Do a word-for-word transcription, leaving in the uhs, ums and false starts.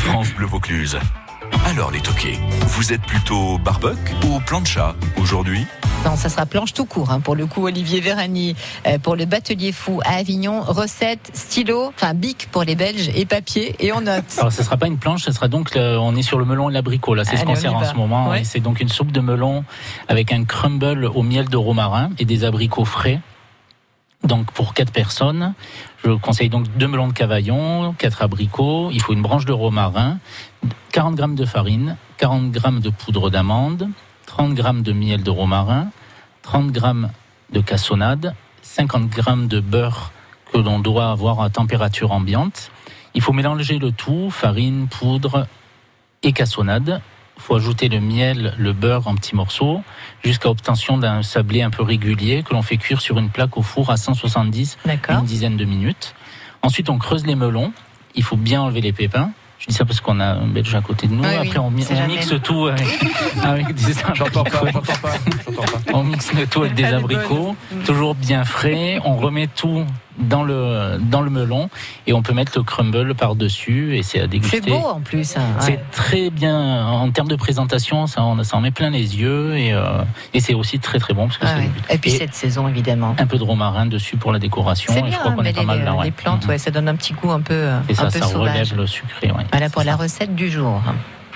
France Bleu Vaucluse. Alors les toqués, vous êtes plutôt barbecue ou plancha aujourd'hui ? Non, ça sera planche tout court, hein, pour le coup, Olivier Vérani, euh, pour le Batelier Fou à Avignon, recette, stylo, enfin bic pour les Belges et papier, et on note. Alors, ça ne sera pas une planche, ça sera donc, le, on est sur le melon et l'abricot, là, c'est Allez, ce qu'on sert en ce moment, ouais. Et c'est donc une soupe de melon avec un crumble au miel de romarin et des abricots frais. Donc, pour quatre personnes, je conseille donc deux melons de Cavaillon, quatre abricots, il faut une branche de romarin, quarante grammes de farine, quarante grammes de poudre d'amande, trente grammes de miel de romarin, trente grammes de cassonade, cinquante grammes de beurre que l'on doit avoir à température ambiante. Il faut mélanger le tout, farine, poudre et cassonade. Il faut ajouter le miel, le beurre en petits morceaux, jusqu'à obtention d'un sablé un peu régulier que l'on fait cuire sur une plaque au four à cent soixante-dix, D'accord. une dizaine de minutes. Ensuite, on creuse les melons. Il faut bien enlever les pépins. Je dis ça parce qu'on a un Belge à côté de nous. Oui, Après, on, mi- on mixe tout avec, avec des j'entends pas, j'entends pas, j'entends pas. On mixe le tout avec des abricots, toujours bien frais. On remet tout dans le dans le melon et on peut mettre le crumble par-dessus et c'est à déguster. C'est beau en plus. Hein, ouais. C'est très bien en termes de présentation, ça on ça en met plein les yeux et euh, et c'est aussi très très bon parce que ah, c'est ouais. Et puis et cette saison évidemment. Un peu de romarin dessus pour la décoration. C'est et bien, je crois qu'on mais est pas les, mal là. Les ouais. plantes, ouais, ça donne un petit goût un peu et ça, un peu ça sauvage. relève le sucré. Ouais. Voilà pour c'est la ça. recette du jour.